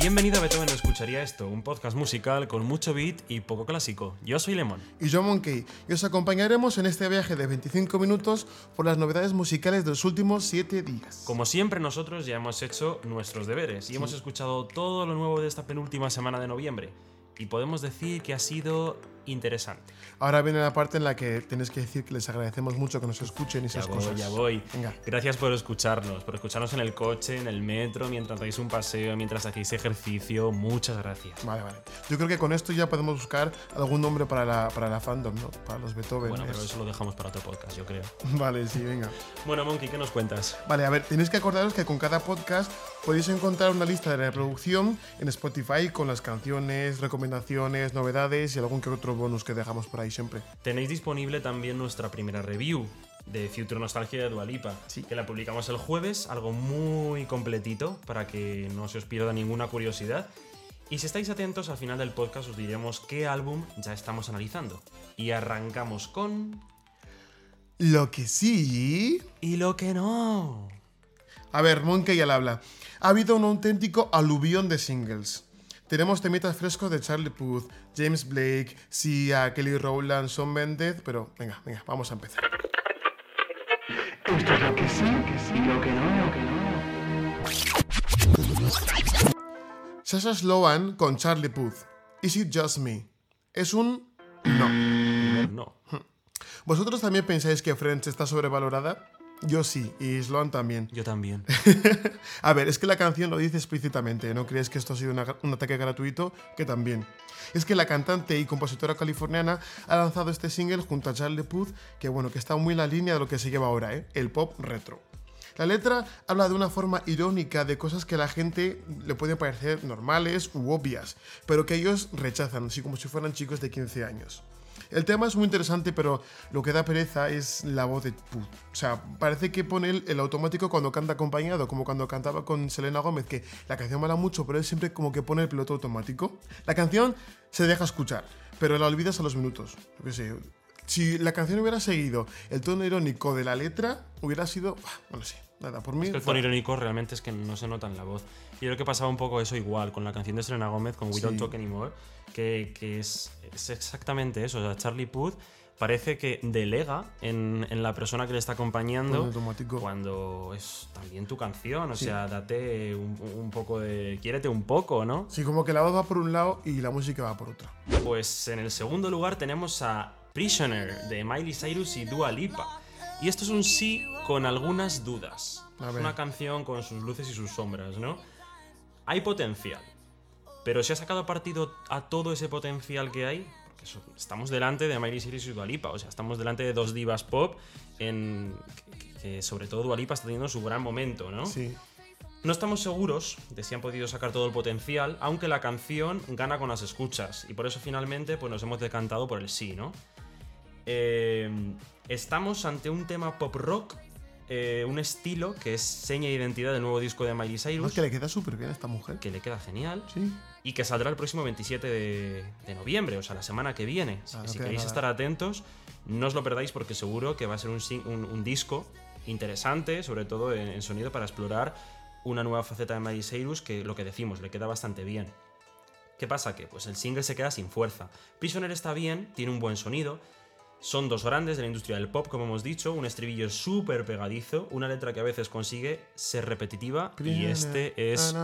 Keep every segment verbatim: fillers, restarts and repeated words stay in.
Bienvenido a Beethoven no escucharía esto, un podcast musical con mucho beat y poco clásico. Yo soy Lemon. Y yo Monkey, y os acompañaremos en este viaje de veinticinco minutos por las novedades musicales de los últimos siete días. Como siempre, nosotros ya hemos hecho nuestros deberes y sí. hemos escuchado todo lo nuevo de esta penúltima semana de noviembre. Y podemos decir que ha sido interesante. Ahora viene la parte en la que tenéis que decir que les agradecemos mucho que nos escuchen y esas ya voy, cosas. Ya voy, Venga. Gracias por escucharnos, por escucharnos en el coche, en el metro, mientras dais un paseo, mientras hacéis ejercicio. Muchas gracias. Vale, vale. Yo creo que con esto ya podemos buscar algún nombre para la, para la fandom, ¿no? Para los Beethoven. Bueno, pero eso lo dejamos para otro podcast, yo creo. Vale, sí, venga. Bueno, Monkey, ¿qué nos cuentas? Vale, a ver, tenéis que acordaros que con cada podcast podéis encontrar una lista de reproducción en Spotify con las canciones, recomendaciones, novedades y algún que otro bonus que dejamos por ahí siempre. Tenéis disponible también nuestra primera review de Future Nostalgia de Dua Lipa, sí. que la publicamos el jueves, algo muy completito para que no se os pierda ninguna curiosidad. Y si estáis atentos, al final del podcast os diremos qué álbum ya estamos analizando. Y arrancamos con... Lo que sí... Y lo que no... A ver, Monkey al habla. Ha habido un auténtico aluvión de singles. Tenemos temitas frescos de Charlie Puth, James Blake, Sia, Kelly Rowland, Shawn Mendes, pero venga, venga, vamos a empezar. Esto es lo que sí, que sí, lo que no, lo que no. Sasha Sloan con Charlie Puth. Is It Just Me? Es un no. No. ¿Vosotros también pensáis que Friends está sobrevalorada? Yo sí, y Sloan también. Yo también. A ver, es que la canción lo dice explícitamente, ¿no crees que esto ha sido una, un ataque gratuito? Que también. Es que la cantante y compositora californiana ha lanzado este single junto a Charlie Puth, que bueno, que está muy en la línea de lo que se lleva ahora, ¿eh? El pop retro. La letra habla de una forma irónica de cosas que a la gente le pueden parecer normales u obvias, pero que ellos rechazan, así como si fueran chicos de quince años. El tema es muy interesante, pero lo que da pereza es la voz de Puth. O sea, parece que pone el, el automático cuando canta acompañado, como cuando cantaba con Selena Gómez, que la canción mola mucho, pero él siempre como que pone el piloto automático. La canción se deja escuchar, pero la olvidas a los minutos. Yo qué sé, si la canción hubiera seguido el tono irónico de la letra, hubiera sido... Bueno, sí, nada, por mí... Es que el tono irónico realmente es que no se nota en la voz. Y creo que pasaba un poco eso igual con la canción de Selena Gómez, con We Don't Talk Anymore, que, que es, es exactamente eso. O sea, Charlie Puth parece que delega en, en la persona que le está acompañando cuando es también tu canción. O sí. sea, date un, un poco de... Quiérete un poco, ¿no? Sí, como que la voz va por un lado y la música va por otro. Pues en el segundo lugar tenemos a Prisoner, de Miley Cyrus y Dua Lipa. Y esto es un sí con algunas dudas. Es una canción con sus luces y sus sombras, ¿no? Hay potencial, pero ¿se ha sacado partido a todo ese potencial que hay? Porque eso, estamos delante de Miley Cyrus y Dua Lipa, o sea, estamos delante de dos divas pop en que, que sobre todo Dua Lipa está teniendo su gran momento, ¿no? Sí. No estamos seguros de si han podido sacar todo el potencial, aunque la canción gana con las escuchas y por eso finalmente pues, nos hemos decantado por el sí, ¿no? Eh, estamos ante un tema pop rock, eh, un estilo que es seña de identidad del nuevo disco de Miley Cyrus. No, es que le queda súper bien a esta mujer. Que le queda genial. Sí. Y que saldrá el próximo veintisiete de, de noviembre, o sea, la semana que viene. Así ah, que no si queréis nada. estar atentos, no os lo perdáis porque seguro que va a ser un, un, un disco interesante, sobre todo en, en sonido, para explorar una nueva faceta de Miley Cyrus que, lo que decimos, le queda bastante bien. ¿Qué pasa? Que pues el single se queda sin fuerza. Prisoner está bien, tiene un buen sonido. Son dos grandes de la industria del pop, como hemos dicho, un estribillo súper pegadizo, una letra que a veces consigue ser repetitiva y este es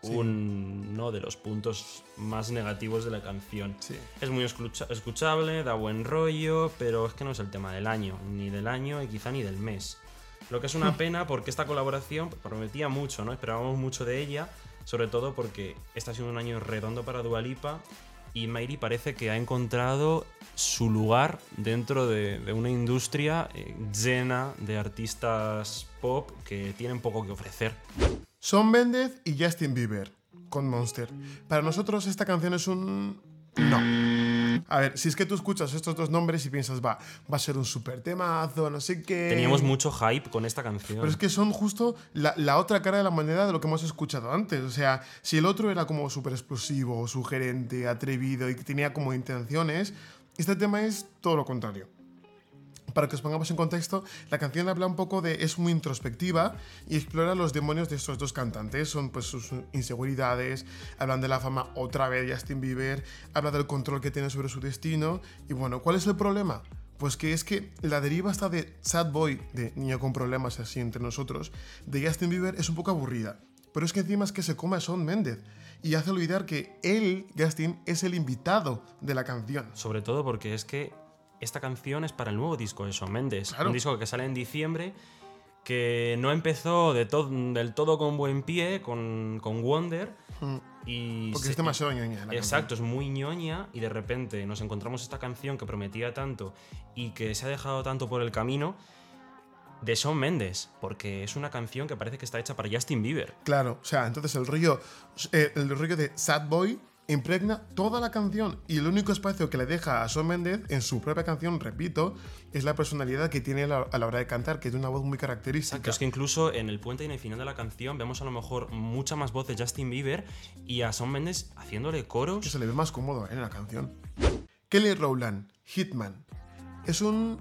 uno de los puntos más negativos de la canción. Sí. Es muy escucha- escuchable, da buen rollo, pero es que no es el tema del año, ni del año y quizá ni del mes. Lo que es una pena porque esta colaboración prometía mucho, ¿no? Esperábamos mucho de ella, sobre todo porque este ha sido un año redondo para Dua Lipa. Y Miley parece que ha encontrado su lugar dentro de, de una industria eh, llena de artistas pop que tienen poco que ofrecer. Shawn Mendes y Justin Bieber con Monster. Para nosotros esta canción es un... no. A ver, si es que tú escuchas estos dos nombres y piensas, va, va a ser un super temazo, no sé qué... Teníamos mucho hype con esta canción. Pero es que son justo la, la otra cara de la moneda de lo que hemos escuchado antes. O sea, si el otro era como súper explosivo, sugerente, atrevido y que tenía como intenciones, este tema es todo lo contrario. para que os pongamos en contexto, la canción habla un poco de... es muy introspectiva y explora los demonios de estos dos cantantes. Son pues sus inseguridades, hablan de la fama otra vez de Justin Bieber, habla del control que tiene sobre su destino. Y bueno, ¿cuál es el problema? Pues que es que la deriva hasta de sad boy, de niño con problemas así entre nosotros, de Justin Bieber es un poco aburrida. Pero es que encima es que se come a Shawn Mendes y hace olvidar que él, Justin, es el invitado de la canción. Sobre todo porque es que esta canción es para el nuevo disco de Shawn Mendes. Claro. Un disco que sale en diciembre, que no empezó de to- del todo con buen pie, con, con Wonder. Mm. Y Porque se- es demasiado ñoña la Exacto, es muy ñoña y de repente nos encontramos esta canción que prometía tanto y que se ha dejado tanto por el camino de Shawn Mendes, porque es una canción que parece que está hecha para Justin Bieber. Claro, o sea, entonces el rollo, eh, el rollo de sad boy impregna toda la canción y el único espacio que le deja a Shawn Mendes en su propia canción, repito, es la personalidad que tiene a la, a la hora de cantar, que tiene una voz muy característica. Exacto, es que incluso en el puente y en el final de la canción vemos a lo mejor mucha más voz de Justin Bieber y a Shawn Mendes haciéndole Que coros. se le ve más cómodo, ¿eh?, en la canción. Kelly Rowland, Hitman. Es un...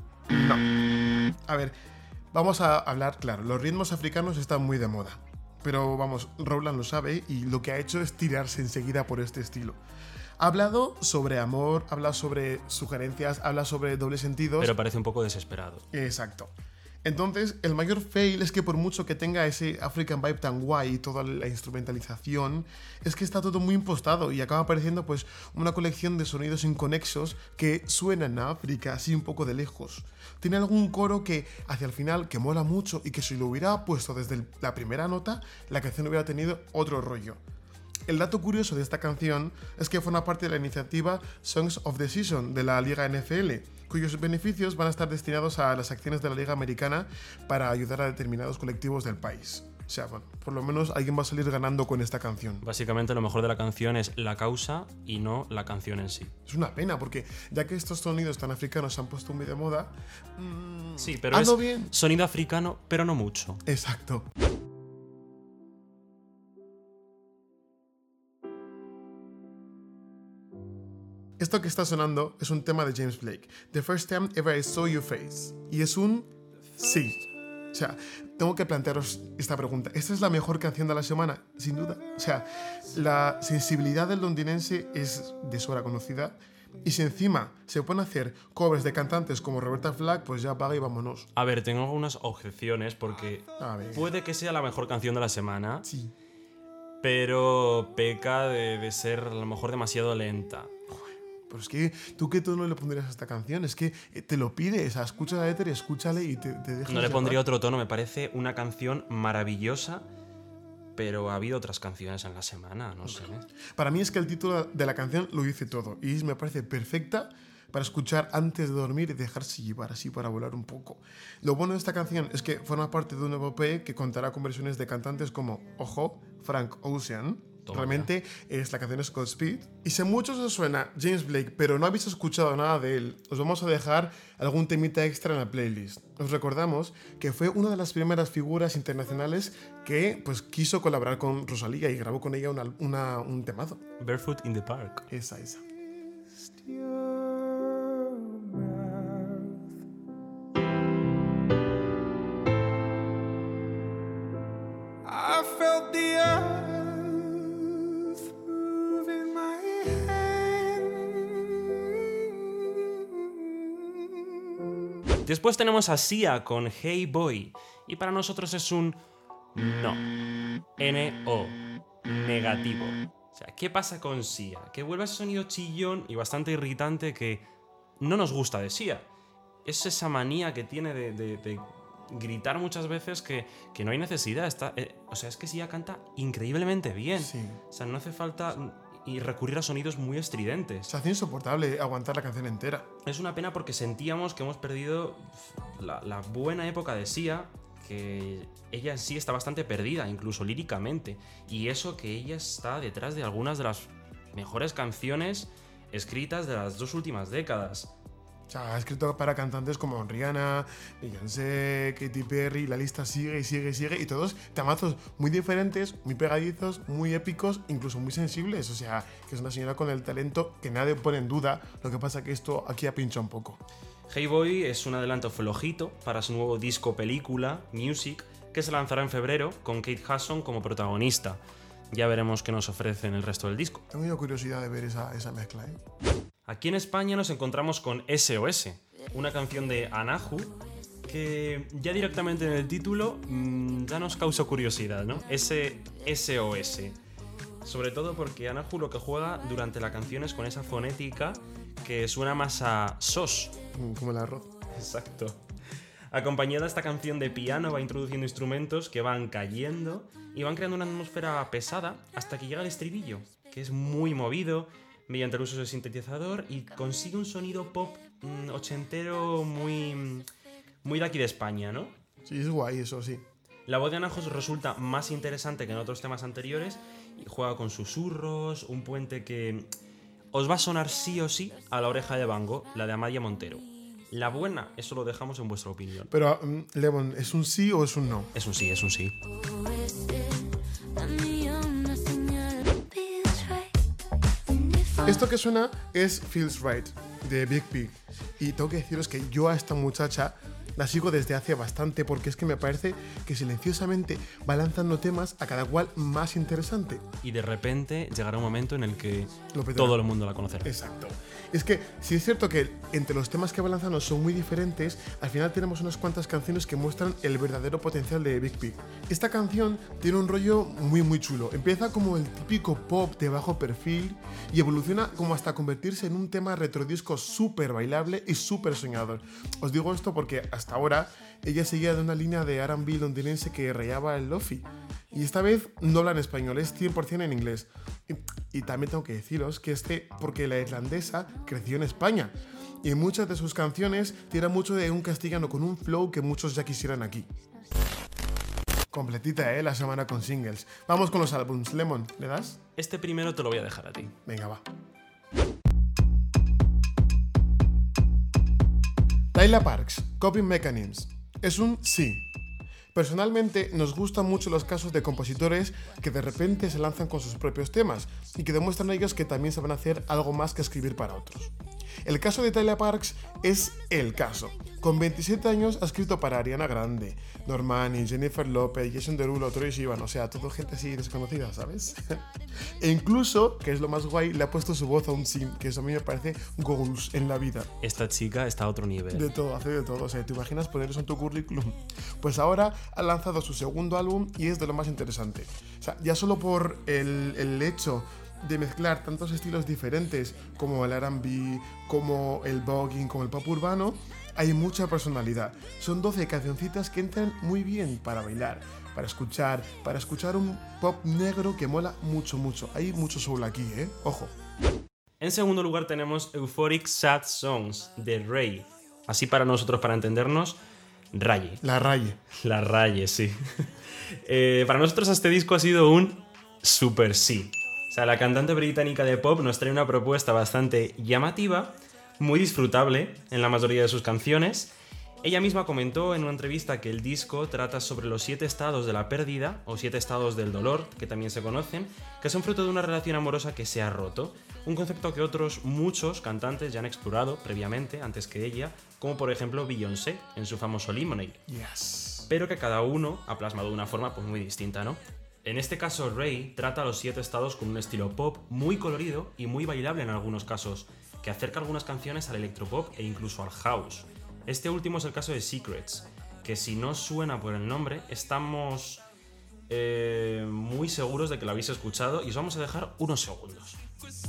no. A ver, vamos a hablar claro. Los ritmos africanos están muy de moda. Pero vamos, Rowland lo sabe y lo que ha hecho es tirarse enseguida por este estilo. Ha hablado sobre amor, habla sobre sugerencias, habla sobre dobles sentidos. Pero parece un poco desesperado. Exacto. Entonces, el mayor fail es que por mucho que tenga ese African vibe tan guay y toda la instrumentalización, es que está todo muy impostado y acaba pareciendo pues una colección de sonidos inconexos que suenan a África así un poco de lejos. Tiene algún coro que hacia el final que mola mucho y que si lo hubiera puesto desde el- la primera nota, la canción hubiera tenido otro rollo. El dato curioso de esta canción es que forma parte de la iniciativa Songs of the Season de la Liga N F L, cuyos beneficios van a estar destinados a las acciones de la Liga Americana para ayudar a determinados colectivos del país. O sea, bueno, por lo menos alguien va a salir ganando con esta canción. Básicamente lo mejor de la canción es la causa y no la canción en sí. Es una pena, porque ya que estos sonidos tan africanos se han puesto muy de moda, mmm, Sí, pero hazlo es bien. sonido africano, pero no mucho. Exacto. Esto que está sonando es un tema de James Blake, The First Time Ever I Saw Your Face. Y es un sí. O sea, tengo que plantearos esta pregunta. ¿Esta es la mejor canción de la semana? Sin duda. O sea, la sensibilidad del londinense es de sobra conocida. Y si encima se pueden hacer covers de cantantes como Roberta Flack, pues ya paga y vámonos. A ver, tengo algunas objeciones porque A ver. puede que sea la mejor canción de la semana, Sí. pero peca de, de ser a lo mejor demasiado lenta. Pero es que, ¿tú qué tono le pondrías a esta canción? Es que eh, te lo pides, o sea, escucha la letra y escúchale y te, te dejas No le llevar. pondría otro tono, me parece una canción maravillosa, pero ha habido otras canciones en la semana, no sé. Para mí es que el título de la canción lo dice todo y me parece perfecta para escuchar antes de dormir y dejarse llevar así para volar un poco. Lo bueno de esta canción es que forma parte de un nuevo E P que contará con versiones de cantantes como, ojo, Frank Ocean. Toma Realmente es la canción Scott Speed. Y si a muchos os suena James Blake, pero no habéis escuchado nada de él, os vamos a dejar algún temita extra en la playlist. Os recordamos que fue una de las primeras figuras internacionales que pues, quiso colaborar con Rosalía y grabó con ella una, una, un temazo. Barefoot in the Park. Esa, esa. I felt the earth move in my hand. Después tenemos a Sia con Hey Boy, y para nosotros es un no. N O. Negativo. O sea, ¿qué pasa con Sia? Que vuelve a ese sonido chillón y bastante irritante que no nos gusta de Sia. Es esa manía que tiene de, de, de gritar muchas veces que, que no hay necesidad. Está, eh, o sea, es que Sia canta increíblemente bien. Sí. O sea, no hace falta y recurrir a sonidos muy estridentes. Se hace insoportable aguantar la canción entera. Es una pena porque sentíamos que hemos perdido la, la buena época de Sia, que ella en sí está bastante perdida, incluso líricamente. Y eso que ella está detrás de algunas de las mejores canciones escritas de las dos últimas décadas. O sea, ha escrito para cantantes como Rihanna, Beyoncé, Katy Perry, la lista sigue y sigue y sigue, y todos temazos muy diferentes, muy pegadizos, muy épicos, incluso muy sensibles. O sea, que es una señora con el talento que nadie pone en duda, lo que pasa que esto aquí ha pinchado un poco. Hey Boy es un adelanto flojito para su nuevo disco película, Music, que se lanzará en febrero con Kate Hudson como protagonista. Ya veremos qué nos ofrece en el resto del disco. Tengo yo curiosidad de ver esa, esa mezcla, ¿eh? Aquí en España nos encontramos con S O S, una canción de Anahu que ya directamente en el título mmm, ya nos causa curiosidad, ¿no? Ese S O S. Sobre todo porque Anahu lo que juega durante la canción es con esa fonética que suena más a sos. Como el arroz. Exacto. Acompañada esta canción de piano va introduciendo instrumentos que van cayendo y van creando una atmósfera pesada hasta que llega el estribillo, que es muy movido mediante el uso del sintetizador y consigue un sonido pop mmm, ochentero muy, muy de aquí de España, ¿no? Sí, es guay, eso sí. La voz de Anajos resulta más interesante que en otros temas anteriores y juega con susurros, un puente que os va a sonar sí o sí a la oreja de Bango, la de Amaia Montero. La buena, eso lo dejamos en vuestra opinión. Pero, um, Lemon, ¿es un sí o es un no? Es un sí, es un sí. Esto que suena es Feels Right, de Big Pig. Y tengo que deciros que yo a esta muchacha la sigo desde hace bastante porque es que me parece que silenciosamente va lanzando temas a cada cual más interesante. Y de repente llegará un momento en el que Lo petará. todo el mundo la conocerá. Exacto. Es que si es cierto que entre los temas que va lanzando son muy diferentes, al final tenemos unas cuantas canciones que muestran el verdadero potencial de Big Pig. Esta canción tiene un rollo muy muy chulo. Empieza como el típico pop de bajo perfil y evoluciona como hasta convertirse en un tema retrodisco súper bailable y súper soñador. Os digo esto porque hasta ahora ella seguía de una línea de R and B londinense que rayaba el lofi. Y esta vez no habla en español, es cien por ciento en inglés. Y, y también tengo que deciros que este, porque la irlandesa creció en España. Y en muchas de sus canciones tiene mucho de un castellano con un flow que muchos ya quisieran aquí. Completita, ¿eh? La semana con singles. Vamos con los álbums. Lemon, ¿le das? Este primero te lo voy a dejar a ti. Venga, va. Tyla Parks, Coping Mechanisms. Es un sí. Personalmente nos gustan mucho los casos de compositores que de repente se lanzan con sus propios temas y que demuestran a ellos que también saben hacer algo más que escribir para otros. El caso de Tyla Parks es el caso. Con veintisiete años ha escrito para Ariana Grande, Normani, Jennifer Lopez, Jason Derulo, Troye Sivan, o sea, todo gente así desconocida, ¿sabes? E incluso, que es lo más guay, le ha puesto su voz a un sim, que eso a mí me parece goals en la vida. Esta chica está a otro nivel. De todo, hace de todo, o sea, ¿te imaginas poner eso en tu currículum? Pues ahora ha lanzado su segundo álbum y es de lo más interesante. O sea, ya solo por el, el hecho de mezclar tantos estilos diferentes como el R and B, como el voguing, como el pop urbano, hay mucha personalidad. Son doce cancioncitas que entran muy bien para bailar, para escuchar, para escuchar un pop negro que mola mucho, mucho. Hay mucho soul aquí, ¿eh? Ojo. En segundo lugar tenemos Euphoric Sad Songs de Ray. Así para nosotros, para entendernos, Raye. La Raye. La Raye, sí. eh, para nosotros este disco ha sido un super sí. O sea, la cantante británica de pop nos trae una propuesta bastante llamativa, muy disfrutable en la mayoría de sus canciones. Ella misma comentó en una entrevista que el disco trata sobre los siete estados de la pérdida, o siete estados del dolor, que también se conocen, que son fruto de una relación amorosa que se ha roto. Un concepto que otros muchos cantantes ya han explorado previamente, antes que ella, como por ejemplo Beyoncé, en su famoso Lemonade. Yes. Pero que cada uno ha plasmado de una forma pues muy distinta, ¿no? En este caso, Ray trata los siete estados con un estilo pop muy colorido y muy bailable en algunos casos, que acerca algunas canciones al electropop e incluso al house. Este último es el caso de Secrets, que si no suena por el nombre, estamos eh, muy seguros de que lo habéis escuchado y os vamos a dejar unos segundos.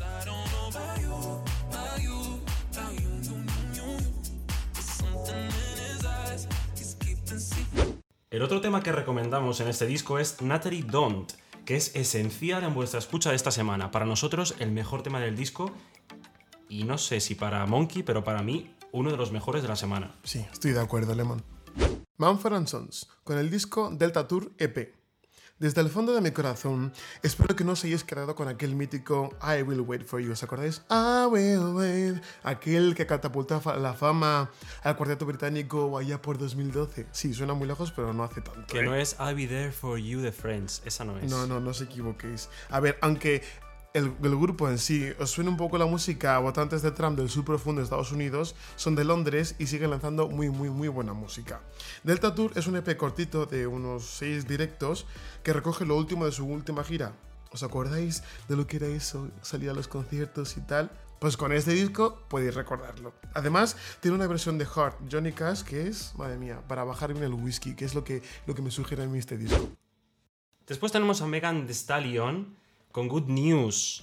El otro tema que recomendamos en este disco es Natalie Don't, que es esencial en vuestra escucha de esta semana. Para nosotros, el mejor tema del disco, y no sé si para Monkey, pero para mí, uno de los mejores de la semana. Sí, estoy de acuerdo, Lemon. Mumford and Sons, con el disco Delta Tour E P. Desde el fondo de mi corazón, espero que no os hayáis quedado con aquel mítico I Will Wait For You, ¿os acordáis? I Will Wait, aquel que catapultó a la fama al cuarteto británico allá por dos mil doce. Sí, suena muy lejos, pero no hace tanto. Que ¿eh? no es I'll Be There For You de Friends, esa no es. No, no, no os equivoquéis. A ver, aunque El, el grupo en sí, os suena un poco la música, votantes de Trump del sur profundo de Estados Unidos, son de Londres y siguen lanzando muy, muy, muy buena música. Delta Tour es un E P cortito de unos seis directos que recoge lo último de su última gira. ¿Os acordáis de lo que era eso? Salir a los conciertos y tal. Pues con este disco podéis recordarlo. Además, tiene una versión de Heart Johnny Cash que es, madre mía, para bajar bien el whisky, que es lo que, lo que me sugiere a mí este disco. Después tenemos a Megan Thee Stallion con Good News.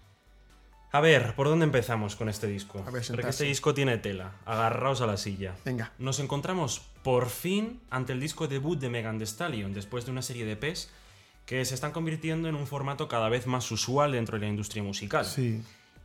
A ver, ¿por dónde empezamos con este disco? A ver, sentarse. Porque este disco tiene tela. Agarraos a la silla. Venga. Nos encontramos por fin ante el disco debut de Megan Thee Stallion, después de una serie de E Pes que se están convirtiendo en un formato cada vez más usual dentro de la industria musical. Sí.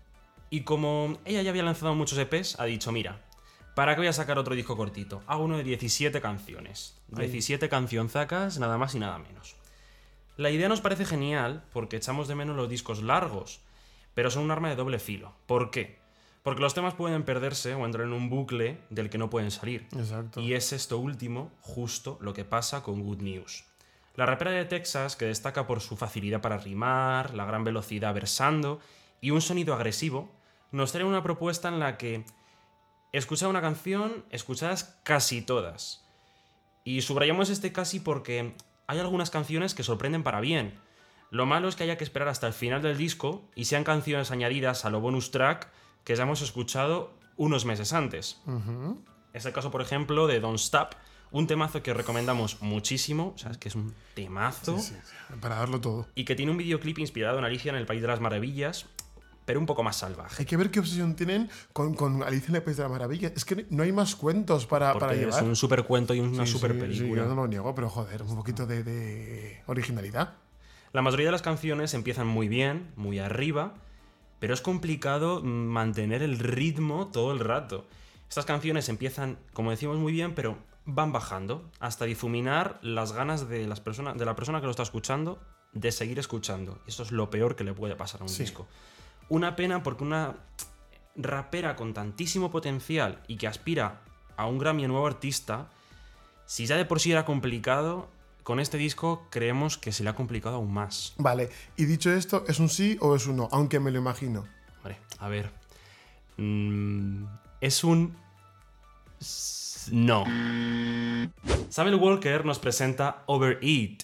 Y como ella ya había lanzado muchos E Pes, ha dicho, mira, ¿para qué voy a sacar otro disco cortito? Hago uno de diecisiete canciones. Ahí. diecisiete cancionzacas, nada más y nada menos. La idea nos parece genial porque echamos de menos los discos largos, pero son un arma de doble filo. ¿Por qué? Porque los temas pueden perderse o entrar en un bucle del que no pueden salir. Exacto. Y es esto último justo lo que pasa con Good News. La rapera de Texas, que destaca por su facilidad para rimar, la gran velocidad versando y un sonido agresivo, nos trae una propuesta en la que escuchar una canción, escuchadas casi todas. Y subrayamos este casi porque hay algunas canciones que sorprenden para bien. Lo malo es que haya que esperar hasta el final del disco y sean canciones añadidas a lo bonus track que ya hemos escuchado unos meses antes. Uh-huh. Es el caso, por ejemplo, de Don't Stop, un temazo que recomendamos muchísimo, o sea, es que es un temazo, Sí, sí, sí, para darlo todo. y que tiene un videoclip inspirado en Alicia en el País de las Maravillas, pero un poco más salvaje. Hay que ver qué obsesión tienen con, con Alicia en el País de la Maravilla. Es que no hay más cuentos para, para Porque es llevar. un super cuento y una Sí, super sí, película. sí, yo no lo niego, pero joder, un poquito de, de originalidad. La mayoría de las canciones empiezan muy bien, muy arriba, pero es complicado mantener el ritmo todo el rato. Estas canciones empiezan, como decimos, muy bien, pero van bajando hasta difuminar las ganas de, las personas, de la persona que lo está escuchando de seguir escuchando. Y eso es lo peor que le puede pasar a un Sí. disco. Una pena porque una rapera con tantísimo potencial y que aspira a un Grammy a nuevo artista, si ya de por sí era complicado, con este disco creemos que se le ha complicado aún más. Vale, y dicho esto, ¿es un sí o es un no? Aunque me lo imagino. Hombre, a ver. Mm, es un... s- No. Samuel Walker nos presenta Overeat,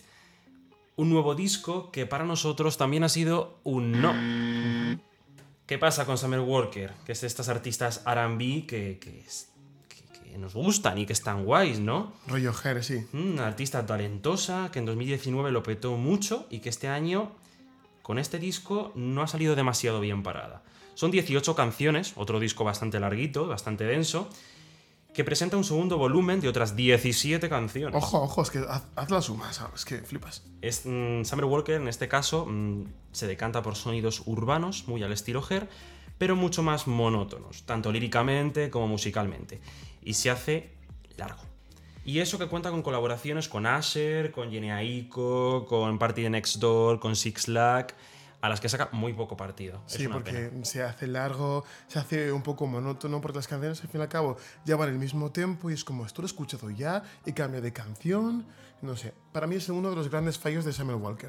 un nuevo disco que para nosotros también ha sido un no. ¿Qué pasa con Samuel Walker? Que es de estas artistas R and B que, que, es- que- que nos gustan y que están guays, ¿no? Rollo Her, sí. Mm, Una artista talentosa que en dos mil diecinueve lo petó mucho y que este año, con este disco, no ha salido demasiado bien parada. Son dieciocho canciones, otro disco bastante larguito, bastante denso, que presenta un segundo volumen de otras diecisiete canciones. Ojo, ojo, es que haz, haz la suma, ¿sabes? Es que flipas. Es, mm, Summer Walker, en este caso, mm, se decanta por sonidos urbanos, muy al estilo Her, pero mucho más monótonos, tanto líricamente como musicalmente. Y se hace largo. Y eso que cuenta con colaboraciones con Asher, con Jhené Aiko, con Party the Next Door, con Six Lack, a las que saca muy poco partido. Es Sí, una porque pena. se hace largo, se hace un poco monótono, porque las canciones al fin y al cabo llevan el mismo tiempo y es como, esto lo he escuchado ya y cambia de canción. No sé, para mí es uno de los grandes fallos de Samuel Walker.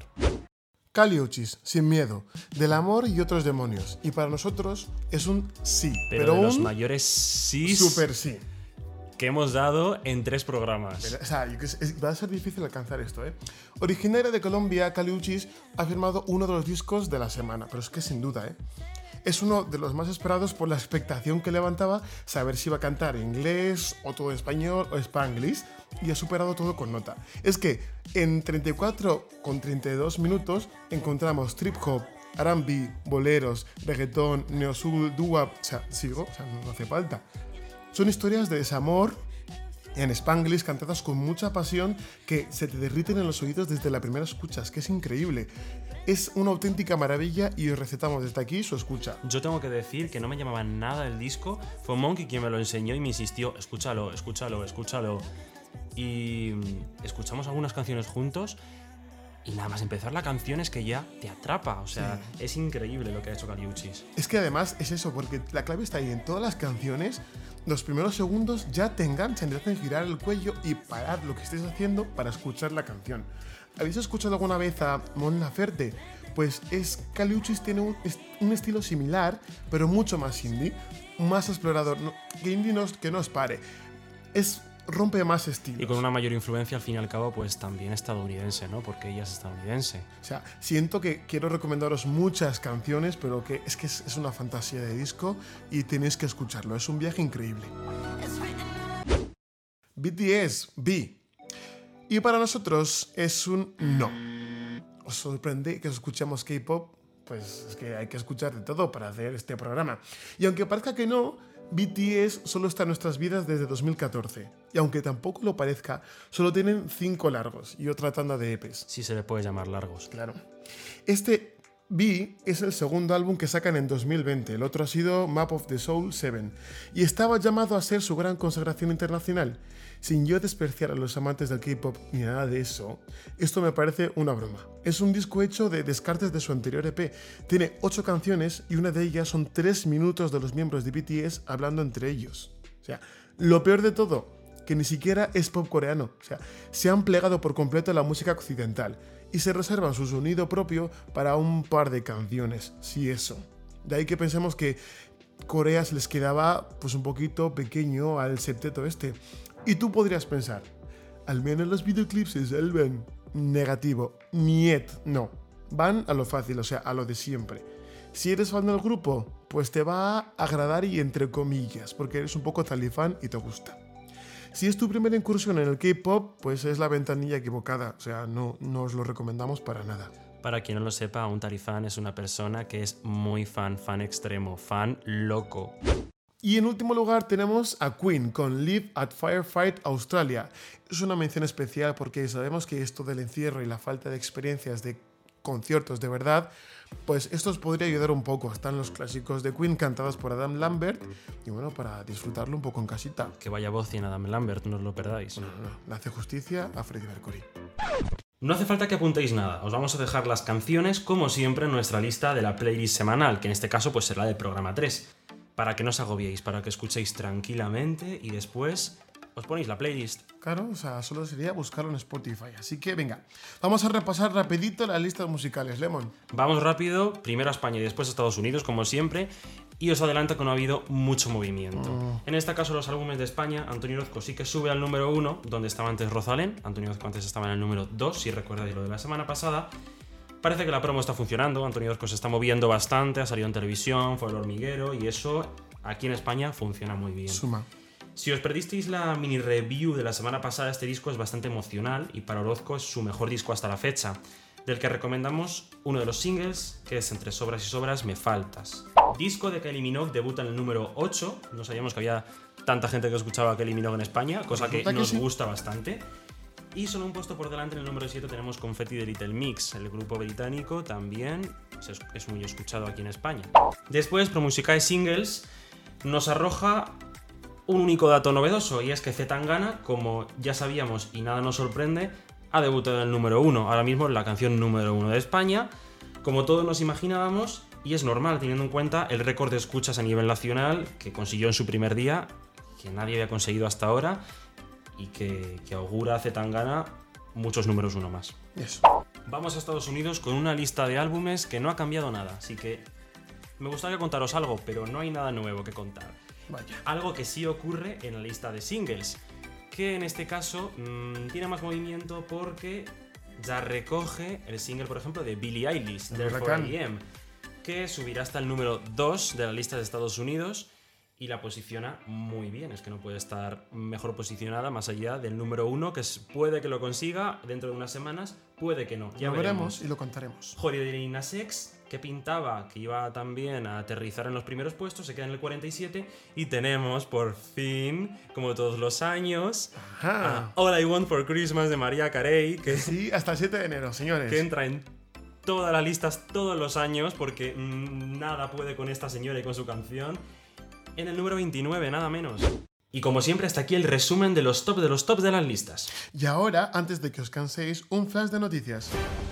Kali Uchis, Sin Miedo, Del Amor y Otros Demonios. Y para nosotros es un sí, Pero, pero, de los un mayores sí super sí. que hemos dado en tres programas. Pero, o sea, yo que sé, es- va a ser difícil alcanzar esto, ¿eh? Originaria de Colombia, Kali Uchis ha firmado uno de los discos de la semana, pero es que sin duda, ¿eh? Es uno de los más esperados por la expectación que levantaba saber si iba a cantar en inglés o todo español o spanglish, y ha superado todo con nota. Es que en treinta y cuatro con treinta y dos minutos encontramos trip hop, R and B, boleros, reggaetón, neo-soul, doo-wop, o sea, sigo, o sea, no hace falta. Son historias de desamor en Spanglish cantadas con mucha pasión que se te derriten en los oídos desde la primera escucha. Es que es increíble. Es una auténtica maravilla y os recetamos desde aquí su escucha. Yo tengo que decir que no me llamaba nada el disco. Fue Monkey quien me lo enseñó y me insistió, escúchalo, escúchalo, escúchalo. Y mm, escuchamos algunas canciones juntos y nada más empezar la canción es que ya te atrapa. O sea, es increíble lo que ha hecho Kali Uchis. Es que además es eso, porque la clave está ahí en todas las canciones. Los primeros segundos ya te enganchan, te hacen girar el cuello y parar lo que estés haciendo para escuchar la canción. ¿Habéis escuchado alguna vez a Mon Laferte? Pues es Kali Uchis tiene un, es- un estilo similar, pero mucho más indie, más explorador, no- que indie no, es- que no os pare. Es rompe más estilos. Y con una mayor influencia, al fin y al cabo, pues también estadounidense, ¿no? Porque ella es estadounidense. O sea, siento que quiero recomendaros muchas canciones, pero que es que es, es una fantasía de disco y tenéis que escucharlo. Es un viaje increíble. B T S, B. Y para nosotros es un no. ¿Os sorprende que escuchemos K-pop? Pues es que hay que escuchar de todo para hacer este programa. Y aunque parezca que no, B T S solo está en nuestras vidas desde dos mil catorce. Y aunque tampoco lo parezca, solo tienen cinco largos y otra tanda de E Pes. Sí se le puede llamar largos. Claro. Este B es el segundo álbum que sacan en dos mil veinte. El otro ha sido Map of the Soul siete. Y estaba llamado a ser su gran consagración internacional. Sin yo despreciar a los amantes del K-pop ni nada de eso, esto me parece una broma. Es un disco hecho de descartes de su anterior E P. Tiene ocho canciones y una de ellas son tres minutos de los miembros de B T S hablando entre ellos. O sea, lo peor de todo, que ni siquiera es pop coreano. O sea, se han plegado por completo a la música occidental y se reservan su sonido propio para un par de canciones, si eso. De ahí que pensemos que Corea se les quedaba pues un poquito pequeño al septeto este. Y tú podrías pensar, al menos los videoclips se salvan. Negativo, niet, no. Van a lo fácil, o sea, a lo de siempre. Si eres fan del grupo, pues te va a agradar y entre comillas, porque eres un poco talifán y te gusta. Si es tu primera incursión en el K-pop, pues es la ventanilla equivocada, o sea, no, no os lo recomendamos para nada. Para quien no lo sepa, un tarifán es una persona que es muy fan, fan extremo, fan loco. Y en último lugar tenemos a Queen con Live at Firefight Australia. Es una mención especial porque sabemos que esto del encierro y la falta de experiencias de conciertos de verdad, pues esto os podría ayudar un poco. Están los clásicos de Queen cantados por Adam Lambert y bueno, para disfrutarlo un poco en casita. Que vaya voz tiene Adam Lambert, no os lo perdáis. No, no, le hace justicia a Freddie Mercury. No hace falta que apuntéis nada, os vamos a dejar las canciones como siempre en nuestra lista de la playlist semanal, que en este caso pues será del programa tres. Para que no os agobiéis, para que escuchéis tranquilamente y después os ponéis la playlist. Claro, o sea, solo sería buscarlo en Spotify. Así que venga, vamos a repasar rapidito las listas musicales, Lemon. Vamos rápido, primero a España y después a Estados Unidos, como siempre, y os adelanto que no ha habido mucho movimiento. Mm. En este caso, los álbumes de España, Antonio Orozco sí que sube al número uno, donde estaba antes Rosalén. Antonio Orozco antes estaba en el número dos, si recordáis lo de la semana pasada. Parece que la promo está funcionando, Antonio Orozco se está moviendo bastante, ha salido en televisión, fue el hormiguero, y eso aquí en España funciona muy bien. Suma. Si os perdisteis la mini review de la semana pasada, este disco es bastante emocional y para Orozco es su mejor disco hasta la fecha, del que recomendamos uno de los singles, que es Entre sobras y sobras me faltas. Disco de Kylie Minogue debuta en el número ocho, no sabíamos que había tanta gente que escuchaba a Kylie Minogue en España, cosa que Resulta que nos sí. gusta bastante. Y solo un puesto por delante, en el número siete tenemos Confetti de Little Mix, el grupo británico también es muy escuchado aquí en España. Después, ProMusicae Singles nos arroja un único dato novedoso, y es que Z Tangana, como ya sabíamos y nada nos sorprende, ha debutado en el número uno. Ahora mismo es la canción número uno de España, como todos nos imaginábamos, y es normal teniendo en cuenta el récord de escuchas a nivel nacional que consiguió en su primer día, que nadie había conseguido hasta ahora, y que, que augura a Z Tangana muchos números uno más. Eso. Vamos a Estados Unidos con una lista de álbumes que no ha cambiado nada, así que me gustaría contaros algo, pero no hay nada nuevo que contar. Vaya. Algo que sí ocurre en la lista de singles, que en este caso mmm, tiene más movimiento porque ya recoge el single, por ejemplo, de Billie Eilish, El Therefore huracán. I Am, que subirá hasta el número dos de la lista de Estados Unidos y la posiciona muy bien. Es que no puede estar mejor posicionada más allá del número uno, que es- puede que lo consiga dentro de unas semanas, puede que no. Ya Lo veremos. veremos y lo contaremos. Holiday de Lil Nas X, que pintaba que iba también a aterrizar en los primeros puestos, se queda en el cuarenta y siete, y tenemos por fin, como todos los años, Ajá. a All I Want for Christmas de Mariah Carey, que, Sí, hasta el siete de enero, señores. que entra en todas las listas todos los años, porque mm, nada puede con esta señora y con su canción, en el número veintinueve, nada menos. Y como siempre, hasta aquí el resumen de los top de los tops de las listas. Y ahora, antes de que os canséis, un flash de noticias.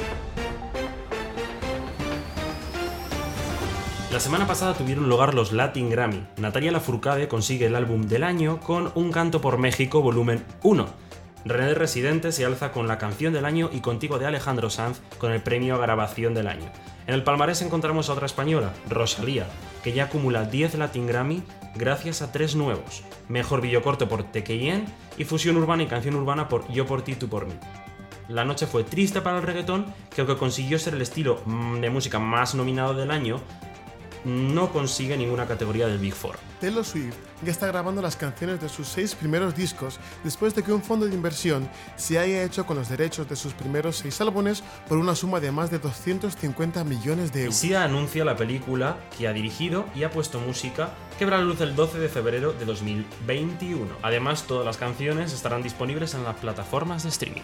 La semana pasada tuvieron lugar los Latin Grammy. Natalia Lafourcade consigue el álbum del año con Un canto por México volumen uno. René de Residente se alza con la canción del año y Contigo de Alejandro Sanz con el premio a grabación del año. En el palmarés encontramos a otra española, Rosalía, que ya acumula diez Latin Grammy gracias a tres nuevos: Mejor Videocorto por Tequeyen y Fusión Urbana y Canción Urbana por Yo por ti, tú por mí. La noche fue triste para el reggaetón, que aunque consiguió ser el estilo de música más nominado del año, no consigue ninguna categoría del Big Four. Taylor Swift ya está grabando las canciones de sus seis primeros discos después de que un fondo de inversión se haya hecho con los derechos de sus primeros seis álbumes por una suma de más de doscientos cincuenta millones de Y euros. Sia anuncia la película que ha dirigido y ha puesto música que verá la luz el doce de febrero de dos mil veintiuno. Además, todas las canciones estarán disponibles en las plataformas de streaming.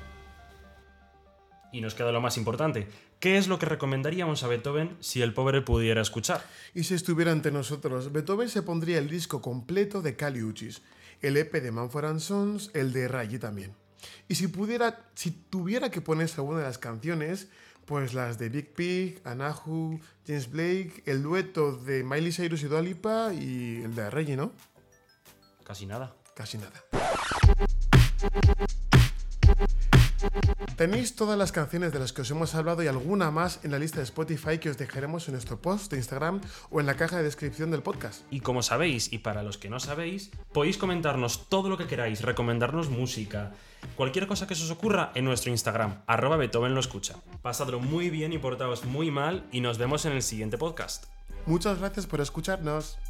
Y nos queda lo más importante: ¿qué es lo que recomendaríamos a Beethoven si el pobre pudiera escuchar? Y si estuviera ante nosotros, Beethoven se pondría el disco completo de Kali Uchis, el E P de Mumford and Sons, el de Raggi también. Y si pudiera, si tuviera que ponerse alguna de las canciones, pues las de Big Pig, Anahu, James Blake, el dueto de Miley Cyrus y Dua Lipa y el de Raggi, ¿no? Casi nada. Casi nada. Tenéis todas las canciones de las que os hemos hablado y alguna más en la lista de Spotify que os dejaremos en nuestro post de Instagram o en la caja de descripción del podcast. Y como sabéis, y para los que no sabéis, podéis comentarnos todo lo que queráis, recomendarnos música, cualquier cosa que se os ocurra en nuestro Instagram, arroba Beethoven lo escucha. Pasadlo muy bien y portaos muy mal y nos vemos en el siguiente podcast. Muchas gracias por escucharnos.